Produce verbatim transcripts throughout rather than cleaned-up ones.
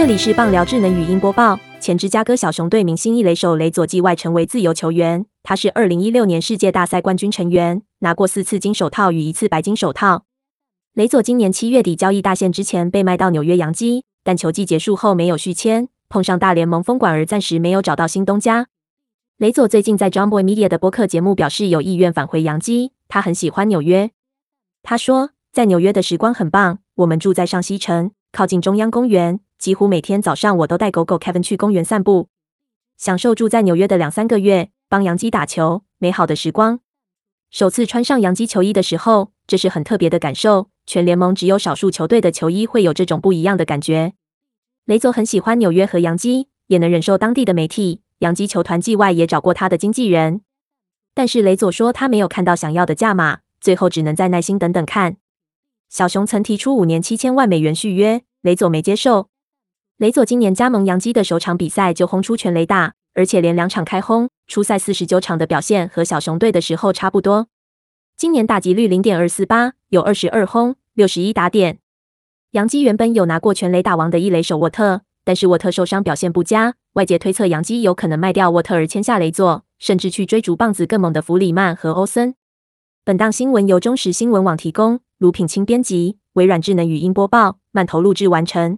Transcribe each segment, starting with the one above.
这里是棒聊智能语音播报。前芝加哥小熊队明星一垒手雷佐季外成为自由球员，他是二零一六年世界大赛冠军成员，拿过四次金手套与一次白金手套。雷佐今年七月底交易大限之前被卖到纽约洋基，但球季结束后没有续签，碰上大联盟封馆而暂时没有找到新东家。雷佐最近在 Jomboy Media 的播客节目表示有意愿返回洋基，他很喜欢纽约。他说，在纽约的时光很棒，我们住在上西城，靠近中央公园，几乎每天早上我都带狗狗 Kevin 去公园散步，享受住在纽约的两三个月，帮洋基打球，美好的时光。首次穿上洋基球衣的时候，这是很特别的感受，全联盟只有少数球队的球衣会有这种不一样的感觉。雷佐很喜欢纽约和洋基，也能忍受当地的媒体，洋基球团季外也找过他的经纪人，但是雷佐说他没有看到想要的价码，最后只能再耐心等等看。小熊曾提出五年七千万美元续约，雷佐没接受。雷佐今年加盟洋基的首场比赛就轰出全垒打，而且连两场开轰，出赛四十九场的表现和小熊队的时候差不多。今年打击率 零点二四八， 有二十二轰，六十一打点。洋基原本有拿过全垒打王的一垒手沃特，但是沃特受伤表现不佳，外界推测洋基有可能卖掉沃特而签下雷佐，甚至去追逐棒子更猛的弗里曼和欧森。本档新闻由中时新闻网提供，卢品清编辑，微软智能语音播报，慢投录制完成。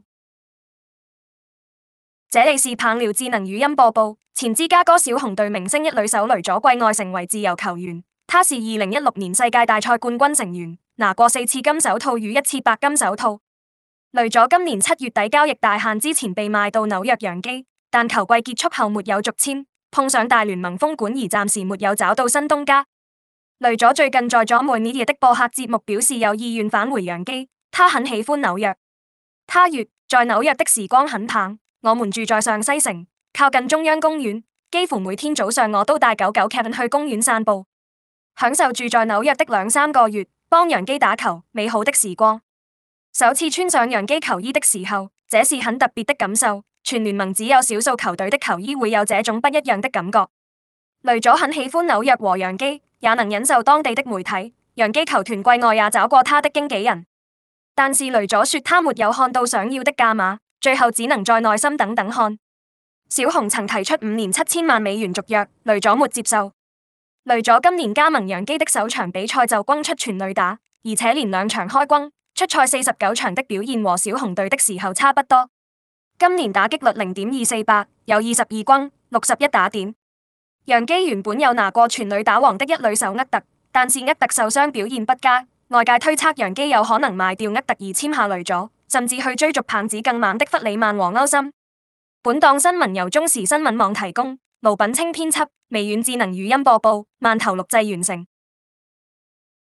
這裏是棒聊智能語音播報。前芝加哥小熊隊明星一壘手雷佐季外成為自由球員，他是二零一六年世界大賽冠軍成員，拿過四次金手套與一次白金手套。雷佐今年七月底交易大限之前被賣到紐約洋基，但球季結束後沒有續簽，碰上大聯盟封館而暫時沒有找到新東家。雷佐最近在 Jomboy Media 的播客節目表示有意願返回洋基，他很喜歡紐約。他說，在紐約的時光很棒。我們住在上西城，靠近中央公園，幾乎每天早上我都帶狗狗 Kevin 去公園散步，享受住在紐約的兩三個月，幫洋基打球，美好的時光。首次穿上洋基球衣的時候，這是很特別的感受，全聯盟只有少數球隊的球衣會有這種不一樣的感覺。雷佐很喜歡紐約和洋基，也能忍受當地的媒體，洋基球團季外也找過他的經紀人，但是雷佐說他沒有看到想要的價碼。最後只能再耐心等等看。小熊曾提出五年七千萬美元續約，雷佐沒接受。雷佐今年加盟洋基的首場比賽就轟出全壘打，而且連兩場開轟，出賽四十九場的表現和小熊隊的時候差不多。今年打擊率 零點二四八，有二十二轟，六十一打點。洋基原本有拿過全壘打王的一壘手厄特，但是厄特受傷表現不佳，外界推測洋基有可能賣掉厄特而簽下雷佐，甚至去追逐棒子更猛的弗里曼和歐森。本檔新聞由中時新聞網提供，盧品清編輯，微軟智能語音播報，慢投錄製完成。